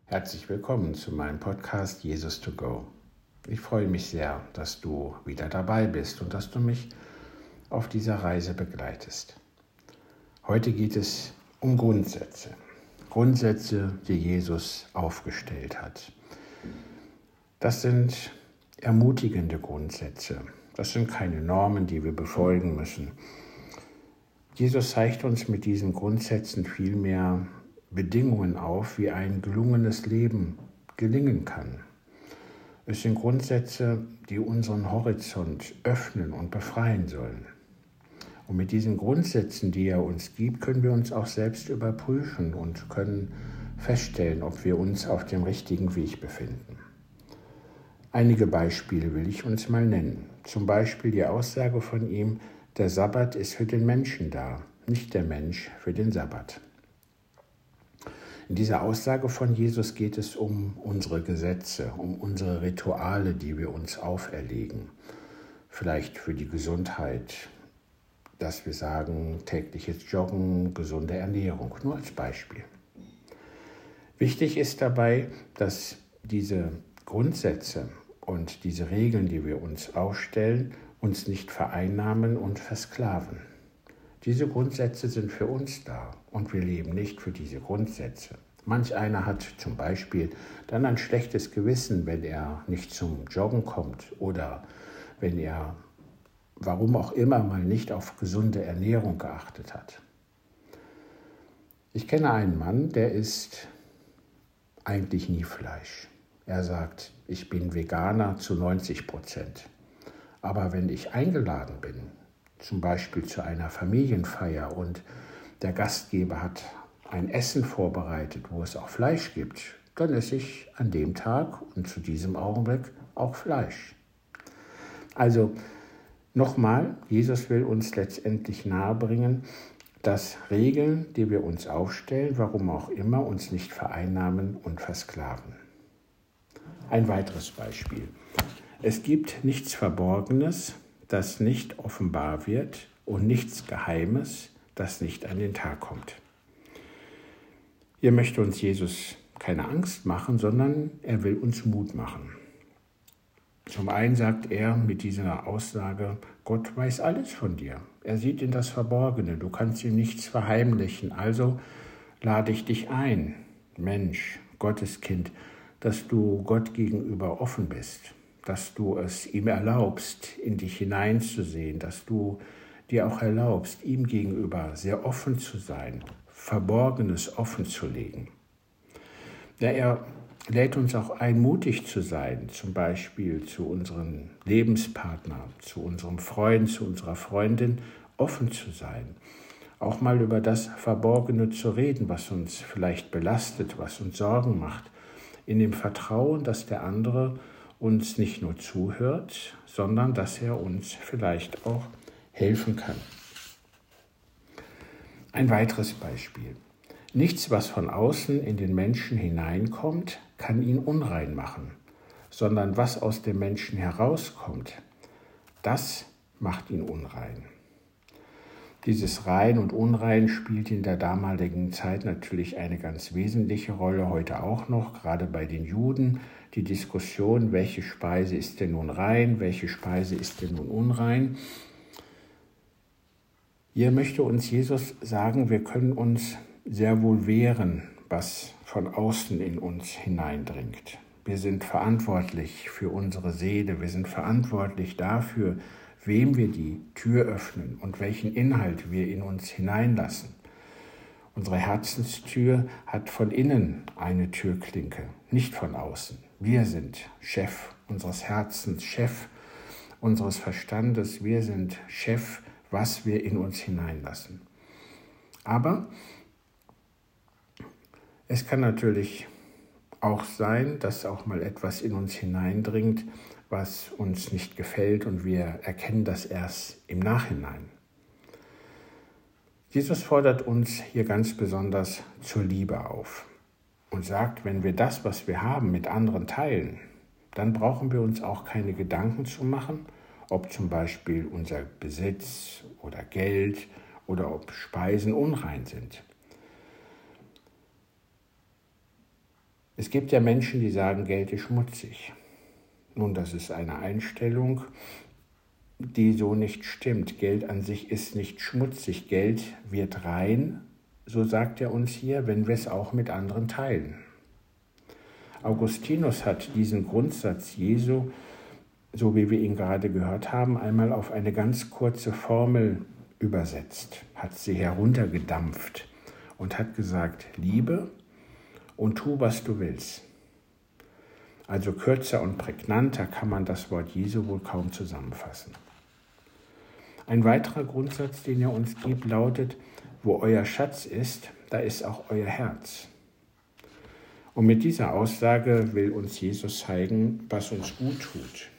Herzlich willkommen zu meinem Podcast Jesus to Go. Ich freue mich sehr, dass du wieder dabei bist und dass du mich auf dieser Reise begleitest. Heute geht es um Grundsätze. Grundsätze, die Jesus aufgestellt hat. Das sind ermutigende Grundsätze. Das sind keine Normen, die wir befolgen müssen. Jesus zeigt uns mit diesen Grundsätzen vielmehr Bedingungen auf, wie ein gelungenes Leben gelingen kann. Es sind Grundsätze, die unseren Horizont öffnen und befreien sollen. Und mit diesen Grundsätzen, die er uns gibt, können wir uns auch selbst überprüfen und können feststellen, ob wir uns auf dem richtigen Weg befinden. Einige Beispiele will ich uns mal nennen. Zum Beispiel die Aussage von ihm, der Sabbat ist für den Menschen da, nicht der Mensch für den Sabbat. In dieser Aussage von Jesus geht es um unsere Gesetze, um unsere Rituale, die wir uns auferlegen. Vielleicht für die Gesundheit, dass wir sagen, tägliches Joggen, gesunde Ernährung, nur als Beispiel. Wichtig ist dabei, dass diese Grundsätze und diese Regeln, die wir uns aufstellen, uns nicht vereinnahmen und versklaven. Diese Grundsätze sind für uns da und wir leben nicht für diese Grundsätze. Manch einer hat zum Beispiel dann ein schlechtes Gewissen, wenn er nicht zum Joggen kommt oder wenn er, warum auch immer, mal nicht auf gesunde Ernährung geachtet hat. Ich kenne einen Mann, der isst eigentlich nie Fleisch. Er sagt, ich bin Veganer zu 90%. Aber wenn ich eingeladen bin, zum Beispiel zu einer Familienfeier und der Gastgeber hat ein Essen vorbereitet, wo es auch Fleisch gibt, dann esse ich an dem Tag und zu diesem Augenblick auch Fleisch. Also nochmal, Jesus will uns letztendlich nahebringen, dass Regeln, die wir uns aufstellen, warum auch immer, uns nicht vereinnahmen und versklaven. Ein weiteres Beispiel. Es gibt nichts Verborgenes, das nicht offenbar wird, und nichts Geheimes, das nicht an den Tag kommt. Hier möchte uns Jesus keine Angst machen, sondern er will uns Mut machen. Zum einen sagt er mit dieser Aussage, Gott weiß alles von dir. Er sieht in das Verborgene, du kannst ihm nichts verheimlichen. Also lade ich dich ein, Mensch, Gotteskind, dass du Gott gegenüber offen bist. Dass du es ihm erlaubst, in dich hineinzusehen, dass du dir auch erlaubst, ihm gegenüber sehr offen zu sein, Verborgenes offen zu legen. Ja, er lädt uns auch ein, mutig zu sein, zum Beispiel zu unserem Lebenspartner, zu unserem Freund, zu unserer Freundin, offen zu sein. Auch mal über das Verborgene zu reden, was uns vielleicht belastet, was uns Sorgen macht, in dem Vertrauen, dass der andere uns nicht nur zuhört, sondern dass er uns vielleicht auch helfen kann. Ein weiteres Beispiel. Nichts, was von außen in den Menschen hineinkommt, kann ihn unrein machen, sondern was aus dem Menschen herauskommt, das macht ihn unrein. Dieses Rein und Unrein spielt in der damaligen Zeit natürlich eine ganz wesentliche Rolle, heute auch noch, gerade bei den Juden. Die Diskussion, welche Speise ist denn nun rein, welche Speise ist denn nun unrein. Hier möchte uns Jesus sagen, wir können uns sehr wohl wehren, was von außen in uns hineindringt. Wir sind verantwortlich für unsere Seele, wir sind verantwortlich dafür, wem wir die Tür öffnen und welchen Inhalt wir in uns hineinlassen. Unsere Herzenstür hat von innen eine Türklinke, nicht von außen. Wir sind Chef unseres Herzens, Chef unseres Verstandes. Wir sind Chef, was wir in uns hineinlassen. Aber es kann natürlich auch sein, dass auch mal etwas in uns hineindringt, was uns nicht gefällt und wir erkennen das erst im Nachhinein. Jesus fordert uns hier ganz besonders zur Liebe auf und sagt, wenn wir das, was wir haben, mit anderen teilen, dann brauchen wir uns auch keine Gedanken zu machen, ob zum Beispiel unser Besitz oder Geld oder ob Speisen unrein sind. Es gibt ja Menschen, die sagen, Geld ist schmutzig. Nun, das ist eine Einstellung, die so nicht stimmt. Geld an sich ist nicht schmutzig. Geld wird rein, so sagt er uns hier, wenn wir es auch mit anderen teilen. Augustinus hat diesen Grundsatz Jesu, so wie wir ihn gerade gehört haben, einmal auf eine ganz kurze Formel übersetzt, hat sie heruntergedampft und hat gesagt, liebe und tu, was du willst. Also kürzer und prägnanter kann man das Wort Jesu wohl kaum zusammenfassen. Ein weiterer Grundsatz, den er uns gibt, lautet, wo euer Schatz ist, da ist auch euer Herz. Und mit dieser Aussage will uns Jesus zeigen, was uns gut tut,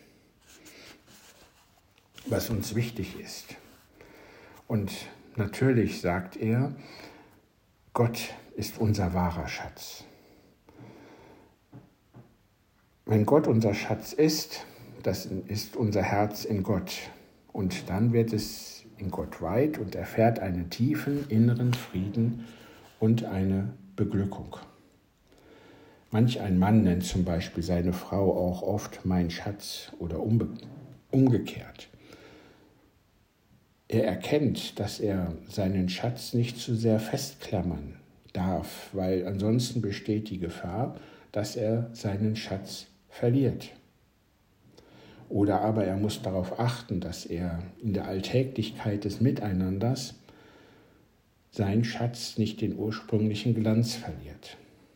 was uns wichtig ist. Und natürlich sagt er, Gott ist unser wahrer Schatz. Wenn Gott unser Schatz ist, das ist unser Herz in Gott. Und dann wird es in Gott weit und erfährt einen tiefen inneren Frieden und eine Beglückung. Manch ein Mann nennt zum Beispiel seine Frau auch oft mein Schatz oder umgekehrt. Er erkennt, dass er seinen Schatz nicht zu sehr festklammern darf, weil ansonsten besteht die Gefahr, dass er seinen Schatz verliert. Oder aber er muss darauf achten, dass er in der Alltäglichkeit des Miteinanders sein Schatz nicht den ursprünglichen Glanz verliert.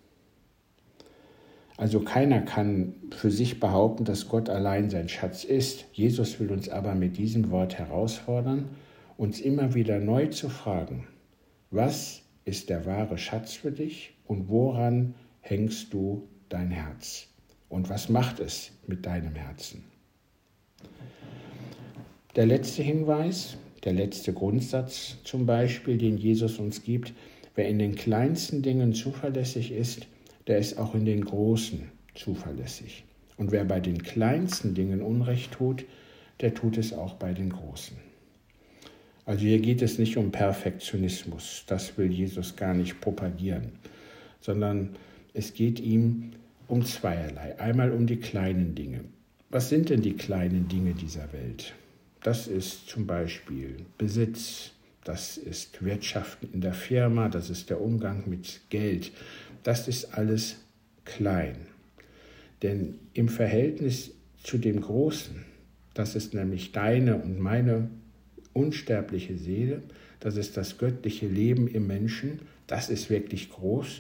Also keiner kann für sich behaupten, dass Gott allein sein Schatz ist. Jesus will uns aber mit diesem Wort herausfordern, uns immer wieder neu zu fragen, was ist der wahre Schatz für dich und woran hängst du dein Herz? Und was macht es mit deinem Herzen? Der letzte Hinweis, der letzte Grundsatz zum Beispiel, den Jesus uns gibt, wer in den kleinsten Dingen zuverlässig ist, der ist auch in den großen zuverlässig. Und wer bei den kleinsten Dingen Unrecht tut, der tut es auch bei den großen. Also hier geht es nicht um Perfektionismus, das will Jesus gar nicht propagieren, sondern es geht ihm um zweierlei. Einmal um die kleinen Dinge. Was sind denn die kleinen Dinge dieser Welt? Das ist zum Beispiel Besitz, das ist Wirtschaften in der Firma, das ist der Umgang mit Geld. Das ist alles klein. Denn im Verhältnis zu dem Großen, das ist nämlich deine und meine unsterbliche Seele, das ist das göttliche Leben im Menschen, das ist wirklich groß.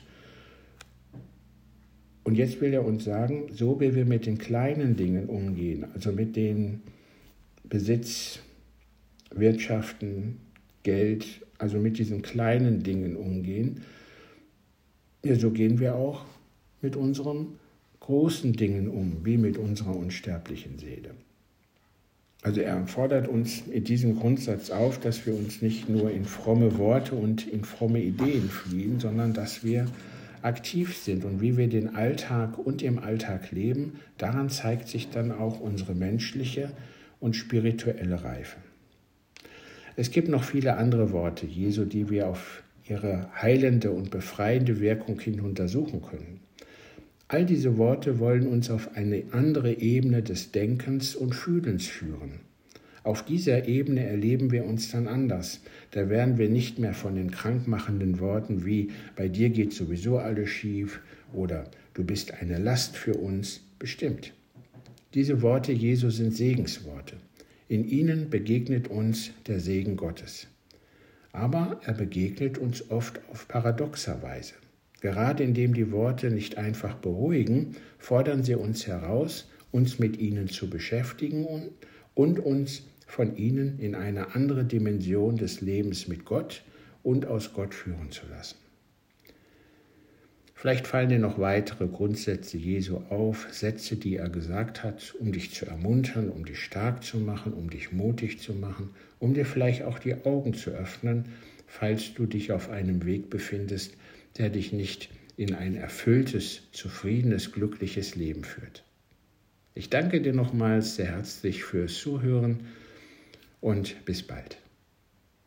Und jetzt will er uns sagen, so wie wir mit den kleinen Dingen umgehen, also mit den Besitz, Wirtschaften, Geld, also mit diesen kleinen Dingen umgehen, ja, so gehen wir auch mit unseren großen Dingen um, wie mit unserer unsterblichen Seele. Also er fordert uns in diesem Grundsatz auf, dass wir uns nicht nur in fromme Worte und in fromme Ideen fliehen, sondern dass wir aktiv sind. Und wie wir den Alltag und im Alltag leben, daran zeigt sich dann auch unsere menschliche und spirituelle Reife. Es gibt noch viele andere Worte Jesu, die wir auf ihre heilende und befreiende Wirkung hin untersuchen können. All diese Worte wollen uns auf eine andere Ebene des Denkens und Fühlens führen. Auf dieser Ebene erleben wir uns dann anders. Da werden wir nicht mehr von den krankmachenden Worten wie bei dir geht sowieso alles schief oder du bist eine Last für uns bestimmt. Diese Worte Jesu sind Segensworte. In ihnen begegnet uns der Segen Gottes. Aber er begegnet uns oft auf paradoxer Weise. Gerade indem die Worte nicht einfach beruhigen, fordern sie uns heraus, uns mit ihnen zu beschäftigen und uns von ihnen in eine andere Dimension des Lebens mit Gott und aus Gott führen zu lassen. Vielleicht fallen dir noch weitere Grundsätze Jesu auf, Sätze, die er gesagt hat, um dich zu ermuntern, um dich stark zu machen, um dich mutig zu machen, um dir vielleicht auch die Augen zu öffnen, falls du dich auf einem Weg befindest, der dich nicht in ein erfülltes, zufriedenes, glückliches Leben führt. Ich danke dir nochmals sehr herzlich fürs Zuhören und bis bald.